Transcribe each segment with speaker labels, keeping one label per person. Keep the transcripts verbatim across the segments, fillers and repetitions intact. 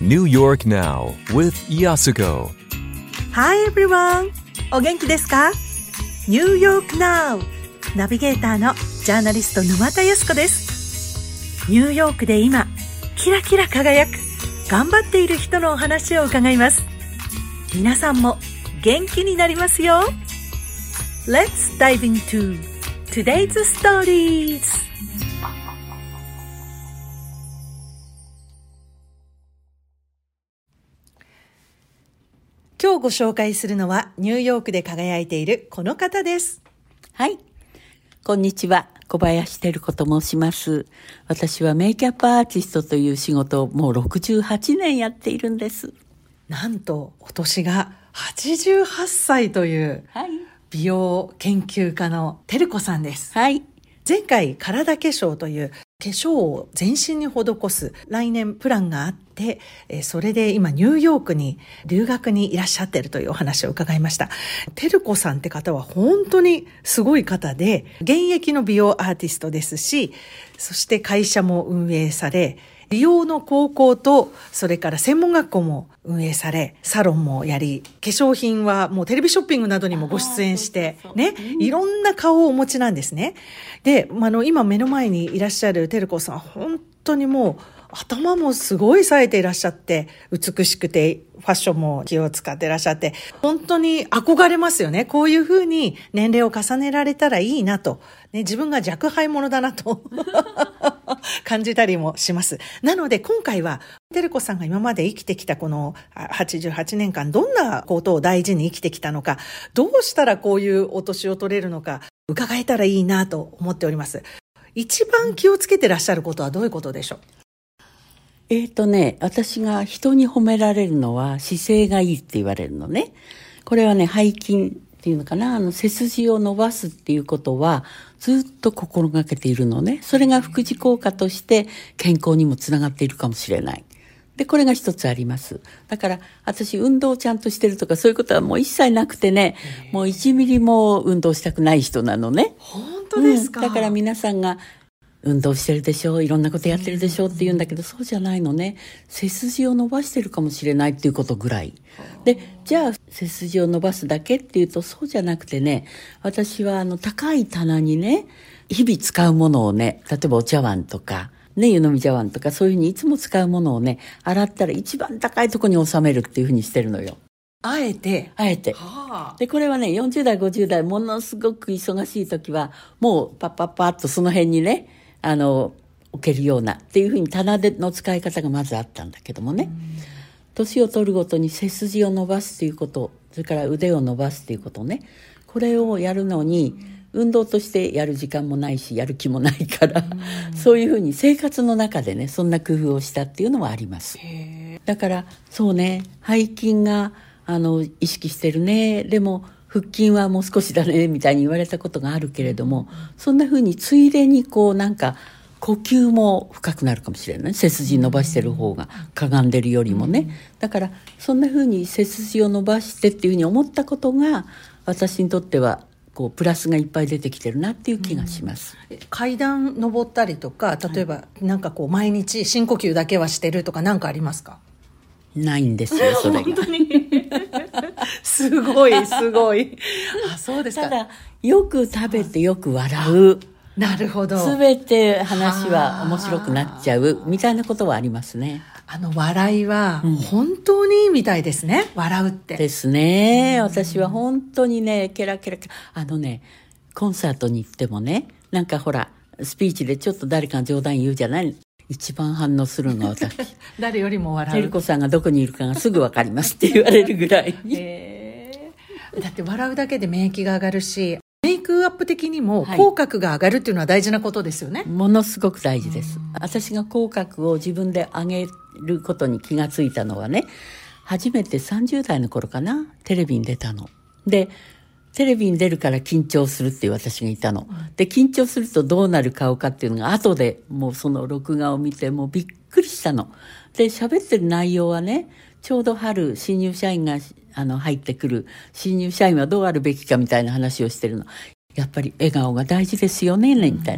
Speaker 1: New York Now with Yasuko.
Speaker 2: Hi everyone! お元気ですか？ New York Now ナビゲーターのジャーナリスト沼田康子です。ニューヨークで今キラキラ輝く頑張っている人のお話を伺います。皆さんも元気になりますよ。 Let's dive into today's stories。今日ご紹介するのはニューヨークで輝いているこの方です。
Speaker 3: はい、こんにちは、小林照子と申します。私はメイキャップアーティストという仕事をもうろくじゅうはちねんやっているんです。
Speaker 2: なんとお年がはちじゅうはっさいという美容研究家の照子さんです。
Speaker 3: はい。
Speaker 2: 前回体化粧という化粧を全身に施す来年プランがあって、それで今ニューヨークに留学にいらっしゃっているというお話を伺いました。照子さんって方は本当にすごい方で、現役の美容アーティストですし、そして会社も運営され、美容の高校とそれから専門学校も運営され、サロンもやり、化粧品はもうテレビショッピングなどにもご出演してね、いろんな顔をお持ちなんですね。で、あの今目の前にいらっしゃる照子さんは本当にもう頭もすごい冴えていらっしゃって、美しくてファッションも気を使っていらっしゃって、本当に憧れますよね。こういうふうに年齢を重ねられたらいいなと、ね、自分が若輩者だなと感じたりもします。なので今回は照子さんが今まで生きてきたこのはちじゅうはちねんかん、どんなことを大事に生きてきたのか、どうしたらこういうお年を取れるのか伺えたらいいなと思っております。一番気をつけてらっしゃることはどういうことでしょう？
Speaker 3: えーとね、私が人に褒められるのは姿勢がいいって言われるのね。これはね、背筋っていうのかな、あの背筋を伸ばすっていうことはずっと心がけているのね。それが副次効果として健康にもつながっているかもしれない。で、これが一つあります。だから私運動をちゃんとしてるとかそういうことはもう一切なくてね、もういちミリも運動したくない人なのね。
Speaker 2: 本当ですか？
Speaker 3: うん、だから皆さんが運動してるでしょ、いろんなことやってるでしょって言うんだけど、そうじゃないのね。背筋を伸ばしてるかもしれないっていうことぐらいで、じゃあ背筋を伸ばすだけっていうとそうじゃなくてね、私はあの高い棚にね、日々使うものをね、例えばお茶碗とかね、湯飲み茶碗とかそういうふうにいつも使うものをね、洗ったら一番高いところに収めるっていうふうにしてるのよ。
Speaker 2: あえて
Speaker 3: あえて、はあ、でこれはね、よんじゅう代ごじゅう代ものすごく忙しい時はもうパッパッパッとその辺にね、あの置けるようなっていうふうに棚での使い方がまずあったんだけどもね、年を取るごとに背筋を伸ばすということ、それから腕を伸ばすということね、これをやるのに運動としてやる時間もないしやる気もないからそういうふうに生活の中でね、そんな工夫をしたっていうのはあります。だからそうね、背筋があの意識してるね、でも腹筋はもう少しだねみたいに言われたことがあるけれども、そんな風についでにこうなんか呼吸も深くなるかもしれない。背筋伸ばしてる方がかがんでるよりもね。だからそんな風に背筋を伸ばしてっていう風に思ったことが私にとってはこうプラスがいっぱい出てきてるなっていう気がします。
Speaker 2: うん、階段登ったりとか、例えばなんかこう毎日深呼吸だけはしてるとか何かありますか？
Speaker 3: ないんですよ、それが。
Speaker 2: 本当にすごいすごい。あ、そうですか。
Speaker 3: ただよく食べてよく笑う。
Speaker 2: なるほど。
Speaker 3: すべて話は面白くなっちゃうみたいなことはありますね。
Speaker 2: あの笑いは本当にいいみたいですね、うん、笑うって
Speaker 3: ですね。私は本当にね、ケラケラケラ、あのね、コンサートに行ってもね、なんかほらスピーチでちょっと誰か冗談言うじゃない、一番反応するのは私
Speaker 2: 誰よりも笑う。
Speaker 3: 照子さんがどこにいるかがすぐ分かりますって言われるぐらいに
Speaker 2: へー、だって笑うだけで免疫が上がるし、メイクアップ的にも口角が上がるっていうのは大事なことですよね、はい、
Speaker 3: ものすごく大事です。私が口角を自分で上げることに気がついたのはね、初めてさんじゅう代の頃かな、テレビに出たので、テレビに出るから緊張するっていう私がいたの、うん、で緊張するとどうなる顔かっていうのが後でもうその録画を見てもうびっくりしたので、喋ってる内容はね、ちょうど春新入社員があの入ってくる、新入社員はどうあるべきかみたいな話をしてるの。やっぱり笑顔が大事ですよねみたいな、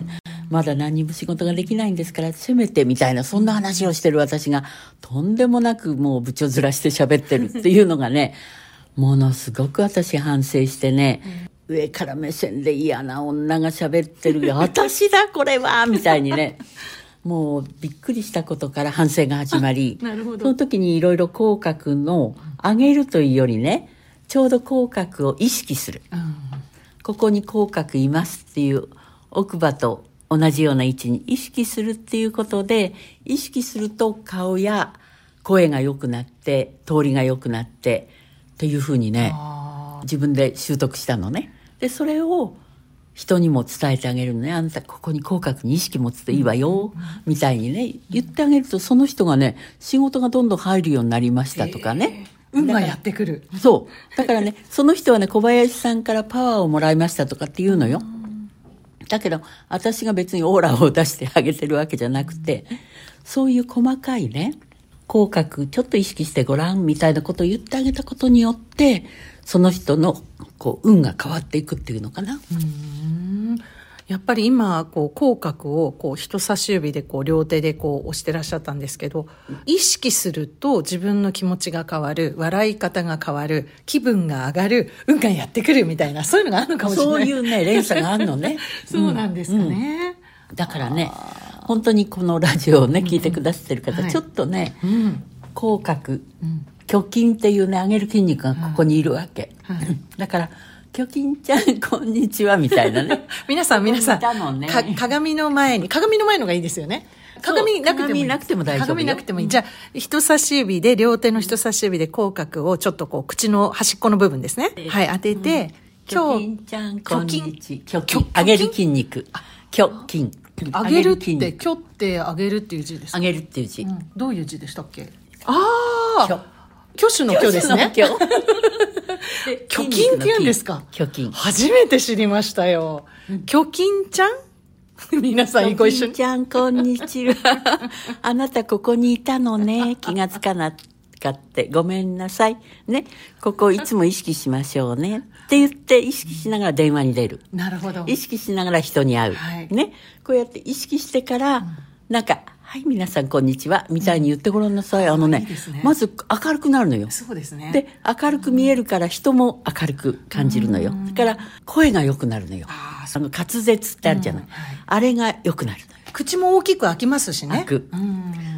Speaker 3: まだ何も仕事ができないんですからせめてみたいな、そんな話をしてる私がとんでもなくもう部長ずらして喋ってるっていうのがねものすごく私反省してね、うん、上から目線で嫌な女が喋ってるよ私だこれはみたいにねもうびっくりしたことから反省が始まり、なるほど。その時にいろいろ口角の上げるというよりね、ちょうど口角を意識する、うん、ここに口角いますっていう奥歯と同じような位置に意識するっていうことで、意識すると顔や声が良くなって通りが良くなってっていうふうにね自分で習得したのね。でそれを人にも伝えてあげるのね。あんたここに口角に意識持つといいわよ、うん、みたいにね言ってあげると、その人がね仕事がどんどん入るようになりましたとかね、
Speaker 2: 運がやってくる。
Speaker 3: そうだからねその人はね小林さんからパワーをもらいましたとかって言うのよ。だけど私が別にオーラを出してあげてるわけじゃなくて、そういう細かいね口角ちょっと意識してごらんみたいなことを言ってあげたことによってその人のこう運が変わっていくっていうのかな。うー
Speaker 2: ん、やっぱり今こう口角をこう人差し指でこう両手でこう押してらっしゃったんですけど、意識すると自分の気持ちが変わる、笑い方が変わる、気分が上がる、運がやってくるみたいな、そういうのがあるのかもしれない。
Speaker 3: そういうね連鎖があるのね
Speaker 2: そうなんですかね、
Speaker 3: うん、だからね本当にこのラジオをね聞いてくださってる方、うん、ちょっとね、はい、口角、うん虚筋っていうね上げる筋肉がここにいるわけ、はいはい、だから虚筋ちゃんこんにちはみたいなね
Speaker 2: 皆さん皆さん、ね、か鏡の前に鏡の前のがいいですよね。鏡なくてもいい。
Speaker 3: 鏡なくても大丈夫よ。
Speaker 2: 鏡なくてもいい。じゃあ人差し指で両手の人差し指で口角をちょっとこう口の端っこの部分ですね、はい、当てて、
Speaker 3: うん、虚筋ちゃんこんにち虚筋上げる筋肉虚筋
Speaker 2: 上げるって虚って上げるっていう字ですか。
Speaker 3: 上げるっていう字、うん、
Speaker 2: どういう字でしたっけ。ああ挙手の挙ですね。
Speaker 3: 虚
Speaker 2: 筋って言うんですか。
Speaker 3: 虚筋。
Speaker 2: 初めて知りましたよ。虚筋ちゃん皆さんご一緒に。
Speaker 3: 虚筋ちゃんこんにちは。あなたここにいたのね。気がつかなかってごめんなさい。ね。ここいつも意識しましょうね。って言って意識しながら電話に出る。
Speaker 2: なるほど。
Speaker 3: 意識しながら人に会う。はい、ね。こうやって意識してから、うん、なんか、はい皆さんこんにちはみたいに言ってごらんなさい、うん、あのね、いいですね、まず明るくなるのよ。
Speaker 2: そうですね。
Speaker 3: で明るく見えるから人も明るく感じるのよ。だから声が良くなるのよ。ああの滑舌ってあるじゃない、うんはい、あれが良くなるのよ。
Speaker 2: 口も大きく開きますしね。
Speaker 3: 開く、うん、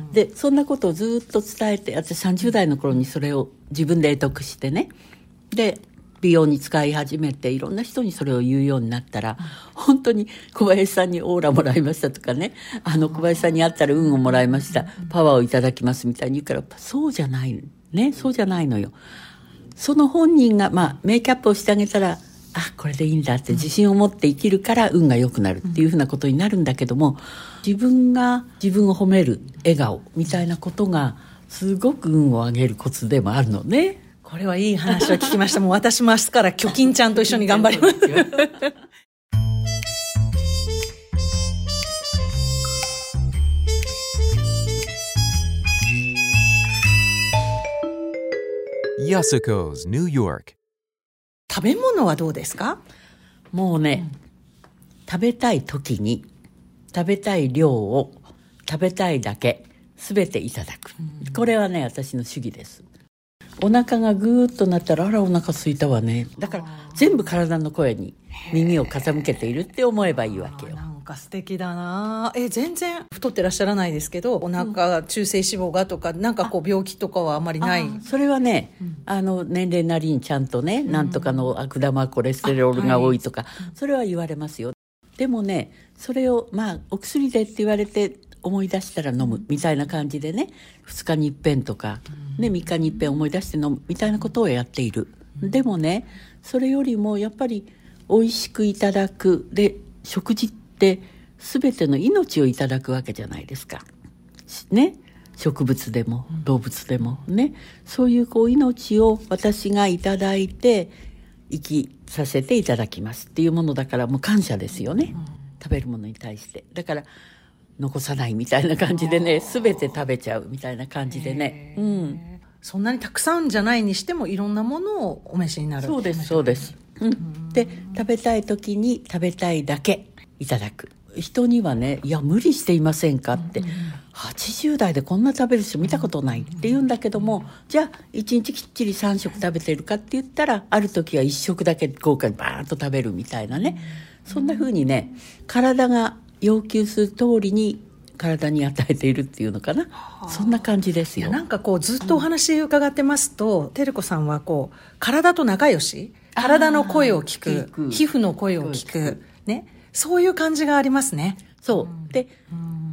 Speaker 3: でそんなことをずっと伝えて、私さんじゅう代の頃にそれを自分で得得してね、で美容に使い始めていろんな人にそれを言うようになったら、本当に小林さんにオーラもらいましたとかね、あの小林さんに会ったら運をもらいました、パワーをいただきますみたいに言うから、そうじゃないね、そうじゃないのよ。その本人がまあメイキャップをしてあげたら、あこれでいいんだって自信を持って生きるから運が良くなるっていうふうなことになるんだけども、自分が自分を褒める笑顔みたいなことがすごく運を上げるコツでもあるのね。
Speaker 2: これはいい話を聞きました。もう私も明日から虚筋ちゃんと一緒に頑張ります。
Speaker 1: Yasuko's New York。
Speaker 2: 食べ物はどうですか？
Speaker 3: もうね、うん、食べたい時に食べたい量を食べたいだけ全ていただく、うん、これはね私の主義です。お腹がぐーっとなったら、あらお腹空いたわね。だから全部体の声に耳を傾けているって思えばいいわけよ。
Speaker 2: なんか素敵だな。え全然太ってらっしゃらないですけど、お腹、うん、中性脂肪がとかなんかこう病気とかはあまりない。
Speaker 3: それはね、うん、あの年齢なりにちゃんとね、うん、なんとかの悪玉コレステロールが多いとか、はい、それは言われますよ。でもねそれをまあお薬でって言われて思い出したら飲むみたいな感じでね、ふつかにいっぺんとか、ね、みっかにいっぺん思い出して飲むみたいなことをやっている。でもねそれよりもやっぱり美味しくいただくで、食事って全ての命をいただくわけじゃないですかね。植物でも動物でもね、そういうこう命を私がいただいて生きさせていただきますっていうものだから、もう感謝ですよね、食べるものに対して。だから残さないみたいな感じでね、全て食べちゃうみたいな感じでね、うん、
Speaker 2: そんなにたくさんじゃないにしてもいろんなものをお召しになる。
Speaker 3: そうですそうです、うん、で食べたい時に食べたいだけいただく。 人にはね、いや無理していませんかって、うんうん、はちじゅう代でこんな食べる人見たことないって言うんだけども、じゃあいちにちきっちりさん食食べてるかって言ったら、ある時はいっ食だけ豪華にバーンと食べるみたいなね、そんな風にね、体が要求する通りに体に与えているっていうのかな、そんな感じですよ。
Speaker 2: いや、なんかこうずっとお話伺ってますと、照子さんはこう体と仲良し、体の声を聞く、く皮膚の声を聞く、ね、そういう感じがありますね。
Speaker 3: そうで、うん、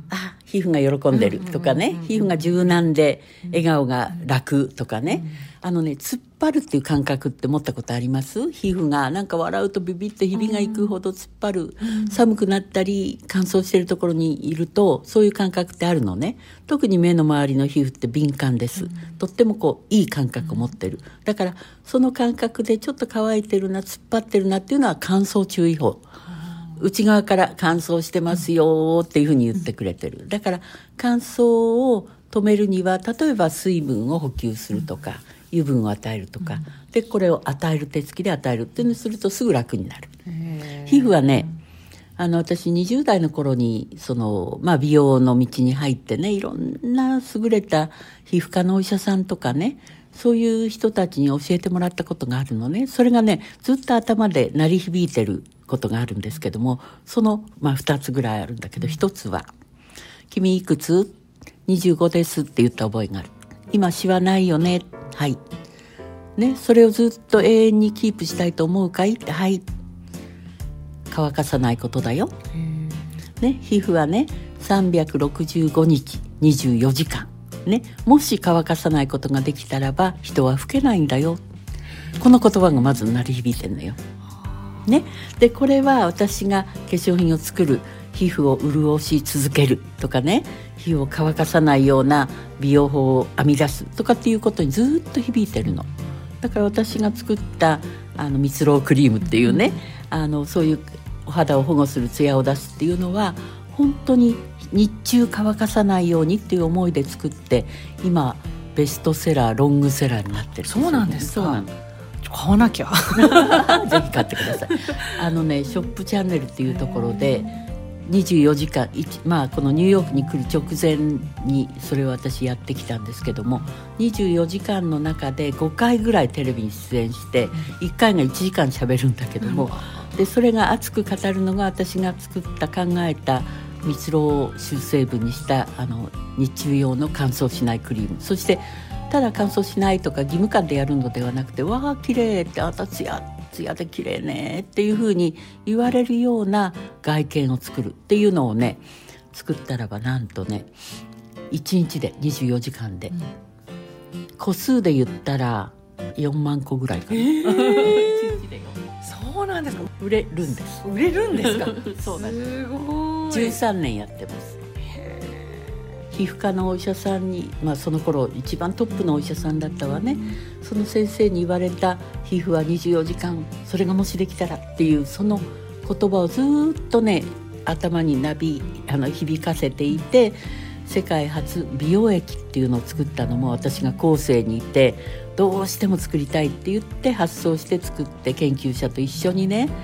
Speaker 3: あ、皮膚が喜んでるとかね、うんうんうん、皮膚が柔軟で笑顔が楽とかね、うん、あのね、突っ張るっていう感覚って持ったことあります？皮膚がなんか笑うとビビッとひびがいくほど突っ張る、うん、寒くなったり乾燥してるところにいるとそういう感覚ってあるのね。特に目の周りの皮膚って敏感です、うん、とってもこういい感覚を持ってる。だからその感覚でちょっと乾いてるな、突っ張ってるなっていうのは乾燥注意報、内側から乾燥してますよっていうふうに言ってくれてる。だから乾燥を止めるには、例えば水分を補給するとか、油分を与えるとか、でこれを与える、手つきで与えるっていうのをするとすぐ楽になる。皮膚はね、あの私にじゅう代の頃にその、まあ、美容の道に入ってね、いろんな優れた皮膚科のお医者さんとかね、そういう人たちに教えてもらったことがあるのね。それがね、ずっと頭で鳴り響いてることがあるんですけども、その、まあ、ふたつぐらいあるんだけど、ひとつは君いくつ？にじゅうごですって言った覚えがある。今シワないよね。はいね、それをずっと永遠にキープしたいと思うかいって、はい、乾かさないことだよ、ね、皮膚はねさんびゃくろくじゅうごにちにじゅうよじかん、ね、もし乾かさないことができたらば人は老けないんだよ。この言葉がまず鳴り響いてるのよ、ね、でこれは私が化粧品を作る、皮膚を潤し続けるとかね、皮膚を乾かさないような美容法を編み出すとかっていうことにずっと響いてるの。だから私が作ったあの蜜蝋クリームっていうね、あのそういうお肌を保護するツヤを出すっていうのは本当に日中乾かさないようにっていう思いで作って、今ベストセラー、ロングセラーになってるんですよね。
Speaker 2: そうなんですか。
Speaker 3: そうなの。
Speaker 2: 買わなきゃ
Speaker 3: ぜひ買ってください。あのね、ショップチャンネルっていうところでにじゅうよじかん、まあこのニューヨークに来る直前にそれを私やってきたんですけども、にじゅうよじかんの中でごかいぐらいテレビに出演して、いっかいがいちじかん喋るんだけども、でそれが熱く語るのが私が作った考えた蜜蝋を主成分にしたあの日中用の乾燥しないクリーム、そしてただ乾燥しないとか義務感でやるのではなくて、わあ綺麗って、あんたツヤツヤで綺麗ねっていう風に言われるような外見を作るっていうのをね、作ったらばなんとねいちにちでにじゅうよじかんで、うん、個数で言ったらよんまんこぐらいかな、えー、いちにちでよ。
Speaker 2: そうなんですか。
Speaker 3: 売れるんです。
Speaker 2: 売れるんですか。
Speaker 3: そうなんです。
Speaker 2: すごい。
Speaker 3: じゅうさんねんやってます。皮膚科のお医者さんに、まあ、その頃一番トップのお医者さんだったわね、その先生に言われた皮膚はにじゅうよじかん、それがもしできたらっていうその言葉をずっとね頭になびあの響かせていて、世界初美容液っていうのを作ったのも私が後世にいて、どうしても作りたいって言って発想して作って、研究者と一緒にね。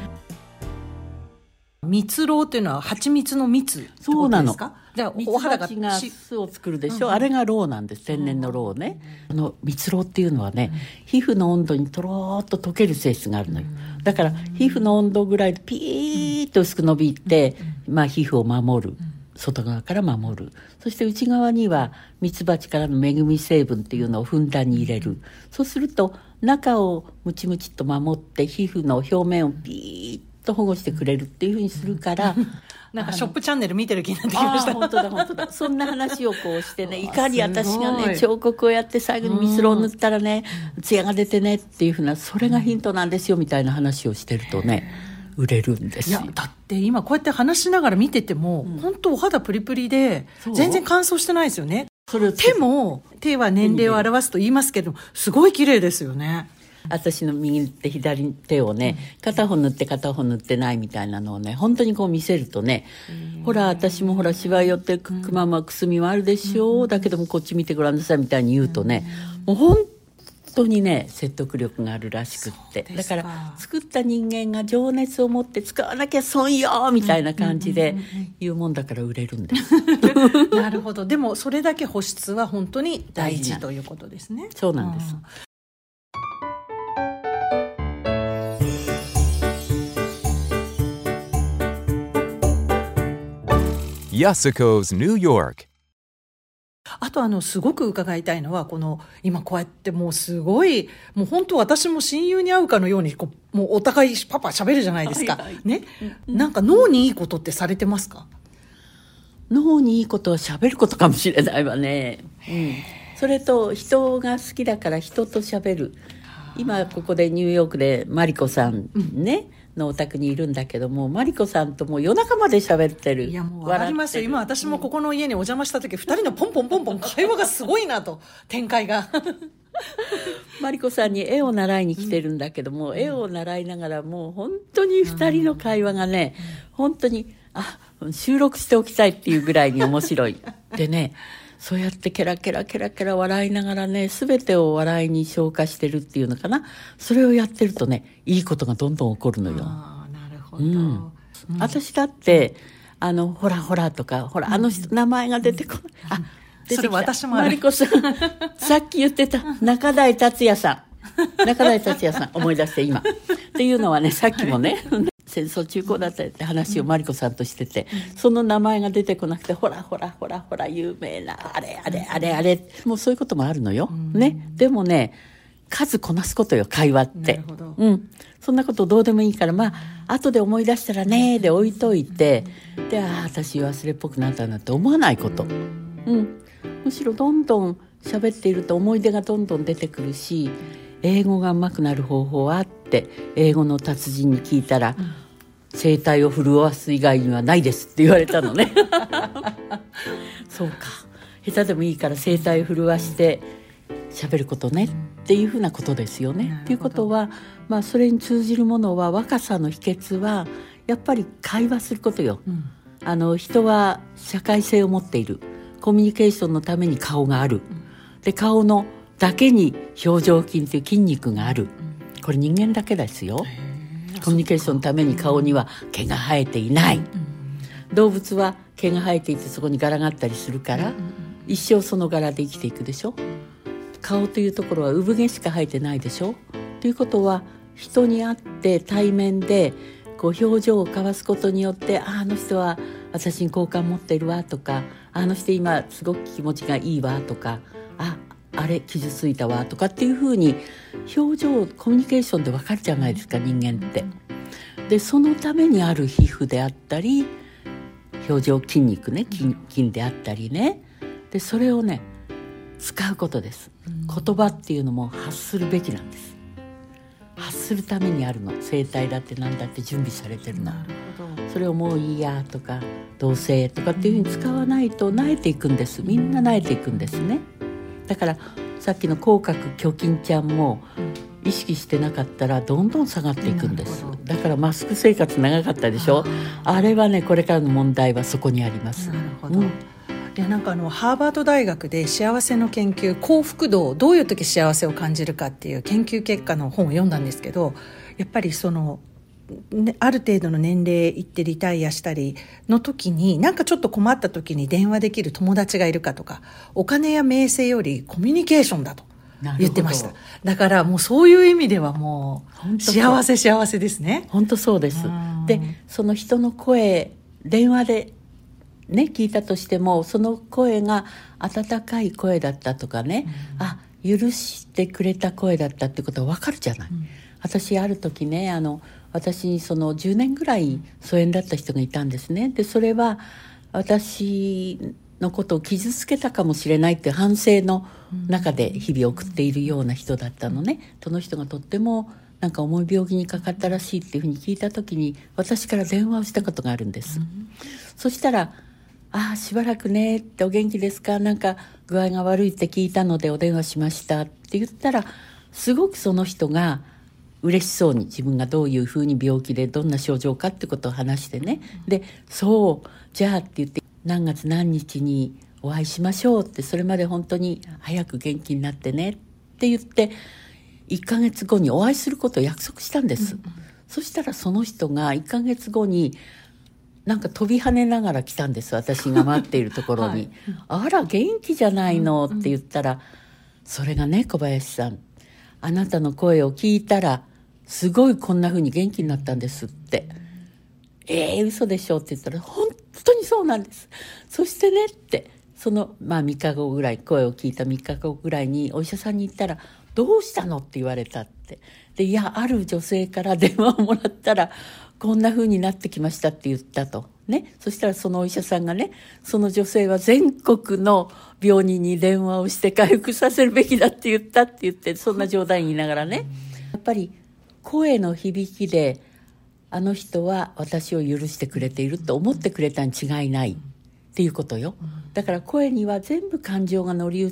Speaker 2: 蜜蝋っていうのは蜂蜜の蜜ってことですか？じゃあお肌が
Speaker 3: 蜜蜂が巣を作るでしょ、うん、あれが蝋なんです。天然の蝋ね、うん、あの蜜蝋っていうのはね、うん、皮膚の温度にとろーっと溶ける性質があるのよ、うん、だから皮膚の温度ぐらいでピーッと薄く伸びて、うん、まあ皮膚を守る、うん、外側から守る。そして内側にはミツバチからの恵み成分っていうのをふんだんに入れる。そうすると中をムチムチっと守って、皮膚の表面をピーッと保護してくれるっていうふうにするから
Speaker 2: なんかショップチャンネル見てる気になってきました。
Speaker 3: 本当だ本当だ。そんな話をこうしてね、いかに私がね彫刻をやって最後に蜜蝋を塗ったらね艶が出てねっていうふうな、それがヒントなんですよみたいな話をしてるとね売れるんですよ。
Speaker 2: いやだって今こうやって話しながら見てても、うん、本当お肌プリプリで全然乾燥してないですよね。それ手も手は年齢を表すと言いますけど、すごい綺麗ですよね。
Speaker 3: 私の右手左手をね、片方塗って片方塗ってないみたいなのをね本当にこう見せるとね、ほら私もほらシワ寄ってくくままくすみはあるでしょう、だけどもこっち見てごらんなさいみたいに言うとね、もう本当にね説得力があるらしくって、だから作った人間が情熱を持って使わなきゃ損よみたいな感じで言うもんだから売れるんです
Speaker 2: なるほど。でもそれだけ保湿は本当に大事ということですね。
Speaker 3: そうなんです、
Speaker 1: うん、Yasuko's New York。
Speaker 2: あとあのすごく伺いたいのは、この今こうやってもうすごいもう本当私も親友に会うかのようにこうもうお互いパパ喋るじゃないですか、はいはい、ね、うん、なんか脳にいいことってされてますか？
Speaker 3: 脳にいいことは喋ることかもしれないわね、うん、それと人が好きだから人と喋る。今ここでニューヨークでマリコさんね、うん、のお宅にいるんだけども、マリコさんともう夜中まで喋ってる。
Speaker 2: いやもう笑いますよ。今私もここの家にお邪魔した時、うん、ふたりのポンポンポンポン会話がすごいなと展開が
Speaker 3: マリコさんに絵を習いに来てるんだけども、うん、絵を習いながらもう本当にふたりの会話がね、うん、本当にあ収録しておきたいっていうぐらいに面白いでね、そうやってケラケラケラケラ笑いながらね、全てを笑いに消化してるっていうのかな。それをやってるとね、いいことがどんどん起こるのよ。
Speaker 2: ああ、なるほど、
Speaker 3: うんうん、私だってあのほらほらとか、ほらあの人、うん、名前が出てこない、あ出てきた、
Speaker 2: それ私もある。
Speaker 3: マリコさんさっき言ってた中台達也さん中台達也さん思い出して今っていうのはね、さっきもね、はい戦争中高だったって話をマリコさんとしてて、うん、その名前が出てこなくて、ほらほらほらほら有名なあれあれあれあれ、もうそういうこともあるのよ、うん、ね。でもね、数こなすことよ会話って。なるほど、うん、そんなことどうでもいいから、まあ後で思い出したらねで置いといて、で、ああ私忘れっぽくなったなって思わないこと、うん、むしろどんどん喋っていると思い出がどんどん出てくるし、英語が上手くなる方法はあって、英語の達人に聞いたら、うん、声帯を震わす以外にはないですって言われたのねそうか、下手でもいいから声帯を震わして喋ることね、うん、っていうふうなことですよね。っていうことは、まあ、それに通じるものは、若さの秘訣はやっぱり会話することよ、うん、あの人は社会性を持っている。コミュニケーションのために顔がある、うん、で顔のだけに表情筋という筋肉がある。これ人間だけですよ。コミュニケーションのために顔には毛が生えていない。動物は毛が生えていてそこに柄があったりするから、一生その柄で生きていくでしょ。顔というところは産毛しか生えてないでしょ。ということは、人に会って対面でこう表情を交わすことによって、あ、あの人は私に好感持ってるわとか、あの人今すごく気持ちがいいわとか、ああれ傷ついたわとかっていう風に表情コミュニケーションで分かるじゃないですか、人間って。でそのためにある皮膚であったり表情筋肉ね、 筋, 筋であったりね、でそれをね使うことです。言葉っていうのも発するべきなんです。発するためにあるの。声帯だって何だって準備されてるの。なるほど。それをもういいやとかどうせとかっていう風に使わないと萎えていくんです。みんな萎えていくんですね。だからさっきの口角虚筋ちゃんも意識してなかったらどんどん下がっていくんです。だからマスク生活長かったでしょ。 あ, あれはね、これからの問題はそこにあります。
Speaker 2: なるほど、うん、いやなんかあのハーバード大学で幸せの研究、幸福度、どういう時幸せを感じるかっていう研究結果の本を読んだんですけど、やっぱりそのある程度の年齢いってリタイアしたりの時に、なんかちょっと困った時に電話できる友達がいるかとか、お金や名声よりコミュニケーションだと言ってました。だからもうそういう意味ではもう幸せ幸せですね。
Speaker 3: 本当そうです。でその人の声、電話でね聞いたとしても、その声が温かい声だったとかね、うん、あ許してくれた声だったってことは分かるじゃない、うん、私ある時ね、あの私にそのじゅうねんぐらい疎遠だった人がいたんですね。でそれは私のことを傷つけたかもしれないっていう反省の中で日々送っているような人だったのね。その人がとってもなんか重い病気にかかったらしいっていうふうに聞いた時に、私から電話をしたことがあるんです、うん、そしたら、ああしばらくねって、お元気ですか、なんか具合が悪いって聞いたのでお電話しましたって言ったら、すごくその人が嬉しそうに自分がどういうふうに病気でどんな症状かってことを話してね、でそうじゃあって言って、何月何日にお会いしましょうって、それまで本当に早く元気になってねってって言っていっかげつごにお会いすることを約束したんです、うんうん、そしたらその人がいっかげつごになんか飛び跳ねながら来たんです、私が待っているところに、はい、あら元気じゃないのって言ったら、それがね、小林さん、あなたの声を聞いたらすごいこんな風に元気になったんですって。えー、嘘でしょって言ったら、本当にそうなんです。そしてねって、そのまあみっかごぐらい、声を聞いたみっかごぐらいにお医者さんに行ったら、どうしたのって言われたって。で、いや、ある女性から電話をもらったらこんな風になってきましたって言ったとね。そしたらそのお医者さんがね、その女性は全国の病人に電話をして回復させるべきだって言ったって言って、そんな冗談言いながらね、やっぱり声の響きであの人は私を許してくれていると思ってくれたに違いないっていうことよ。だから声には全部感情が乗り移って、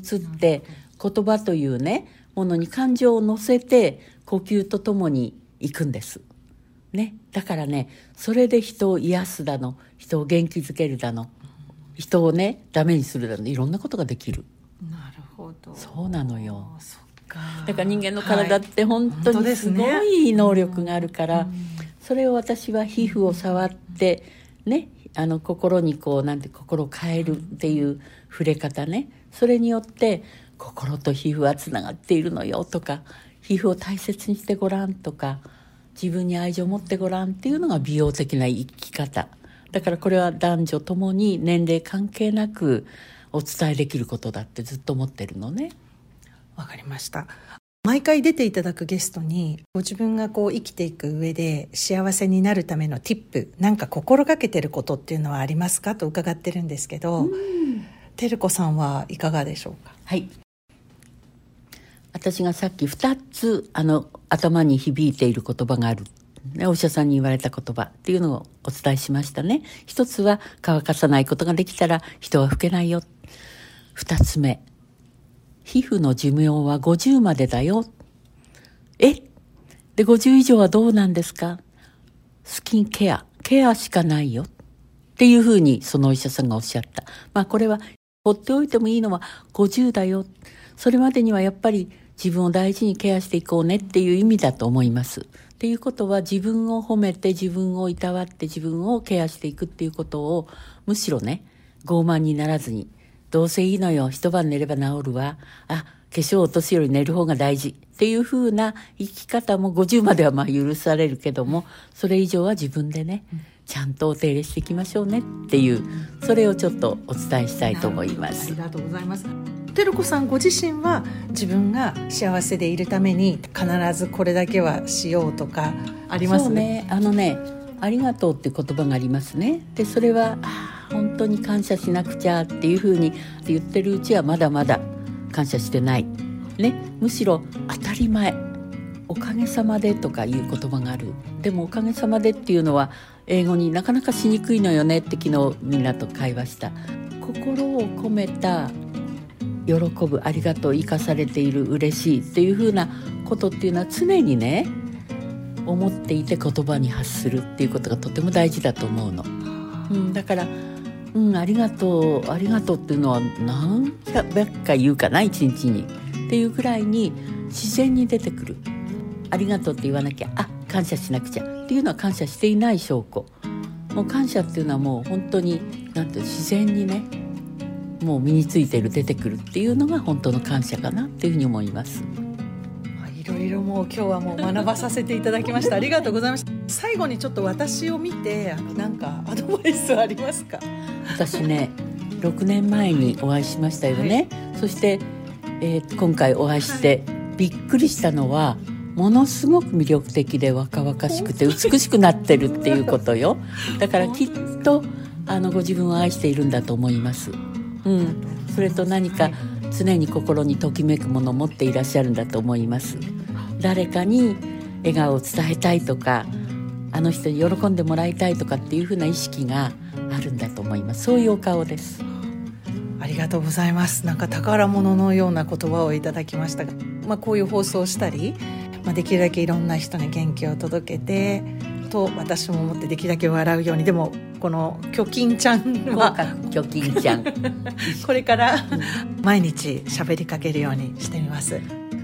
Speaker 3: 言葉というねものに感情を乗せて呼吸とともに行くんですね。だからね、それで人を癒すだの、人を元気づけるだの、人をねダメにするだの、いろんなことができる。
Speaker 2: なるほど。
Speaker 3: そうなのよ。
Speaker 2: そっか。
Speaker 3: だから人間の体って本当にすごい能力があるから、はい、それを私は皮膚を触ってね、あの心にこうなんて心を変えるっていう触れ方ね、それによって心と皮膚はつながっているのよとか、皮膚を大切にしてごらんとか、自分に愛情を持ってごらんっていうのが美容的な生き方だから、これは男女ともに年齢関係なくお伝えできることだってずっと思ってるのね。
Speaker 2: わかりました。毎回出ていただくゲストにご自分がこう生きていく上で幸せになるためのティップ、なんか心がけてることっていうのはありますかと伺ってるんですけど、照子さんはいかがでしょうか。
Speaker 3: はい、私がさっきふたつあの頭に響いている言葉がある、ね、お医者さんに言われた言葉っていうのをお伝えしましたね。一つは乾かさないことができたら人は老けないよ。二つ目、皮膚の寿命はごじゅうまでだよ。えでごじゅう以上はどうなんですか。スキンケアケアしかないよっていうふうにそのお医者さんがおっしゃった。まあこれは放っておいてもいいのはごじゅうだよ、それまでにはやっぱり自分を大事にケアしていこうねっていう意味だと思います。っていうことは、自分を褒めて自分をいたわって自分をケアしていくっていうことを、むしろね傲慢にならずに、どうせいいのよ、一晩寝れば治るわ、あ化粧落とすより寝る方が大事っていう風な生き方もごじゅうまではまあ許されるけども、それ以上は自分でねちゃんとお手入れしていきましょうねっていう、それをちょっとお伝えしたいと思います。
Speaker 2: ありがとうございます。照子さんご自身は自分が幸せでいるために必ずこれだけはしようとかあります？
Speaker 3: そうね、あのね、ありがとうっていう言葉がありますね。でそれはあ本当に感謝しなくちゃっていうふうに言ってるうちはまだまだ感謝してない、ね、むしろ当たり前、おかげさまでとかいう言葉がある。でもおかげさまでっていうのは英語になかなかしにくいのよねって昨日みんなと会話した。心を込めた喜ぶ、ありがとう、生かされている、嬉しいっていう風なことっていうのは常にね思っていて言葉に発するっていうことがとても大事だと思うの、うん、だから、うん、ありがとうありがとうっていうのは何百回言うかな一日にっていうぐらいに自然に出てくる。ありがとうって言わなきゃ、あ感謝しなくちゃっていうのは感謝していない証拠。もう感謝っていうのはもう本当になんて自然にねもう身についてる、出てくるっていうのが本当の感謝かなっていうふうに思います。
Speaker 2: いろいろもう今日はもう学ばさせていただきました。ありがとうございました。最後にちょっと私を見てあのなんかアドバイスありますか？
Speaker 3: 私ねろくねんまえにお会いしましたよね、はい、そして、えー、今回お会いしてびっくりしたのは、ものすごく魅力的で若々しくて美しくなってるっていうことよ。だからきっとあのご自分を愛しているんだと思います、うん、それと何か常に心にときめくものを持っていらっしゃるんだと思います。誰かに笑顔を伝えたいとか、あの人に喜んでもらいたいとかっていうふうな意識があるんだと思います。そういうお顔です。
Speaker 2: ありがとうございます。なんか宝物のような言葉をいただきましたが、まあ、こういう放送をしたり、まあ、できるだけいろんな人に元気を届けてと私も思ってできるだけ笑うように。でもこの虚金ちゃんは
Speaker 3: 虚金ちゃん
Speaker 2: これから毎日喋りかけるようにしてみます。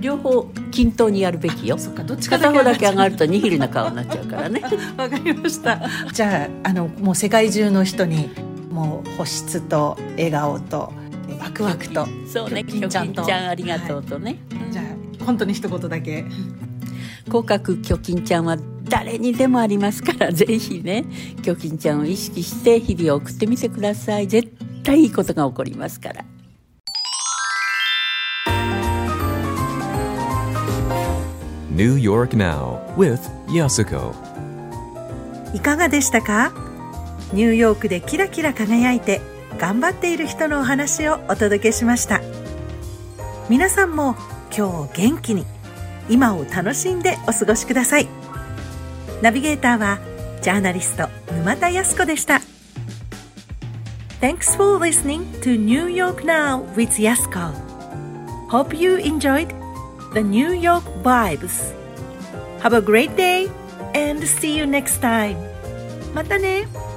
Speaker 3: 両方均等にやるべきよ。
Speaker 2: そっか、どっちかだけ
Speaker 3: 片方だけ上がるとニヒルな顔になっちゃうからね。
Speaker 2: わかりました。じゃあ、あのもう世界中の人にもう保湿と笑顔とワクワクと、
Speaker 3: そうね、キョキンちゃんありがとうとね、
Speaker 2: はい、じゃあ本当に一言だけ、
Speaker 3: 口角キョキンちゃんは誰にでもありますから、ぜひねキョキンちゃんを意識して日々を送ってみてください。絶対いいことが起こりますから。
Speaker 1: New York Now with Yasuko。
Speaker 2: いかがでしたか？ニューヨークでキラキラ輝いて頑張っている人のお話をお届けしました。皆さんも今日元気に今を楽しんでお過ごしください。ナビゲーターはジャーナリスト沼田康子でした。 Thanks for listening to New York Now with Yasuko. Hope you enjoyed the New York vibes. Have a great day and see you next time. またね。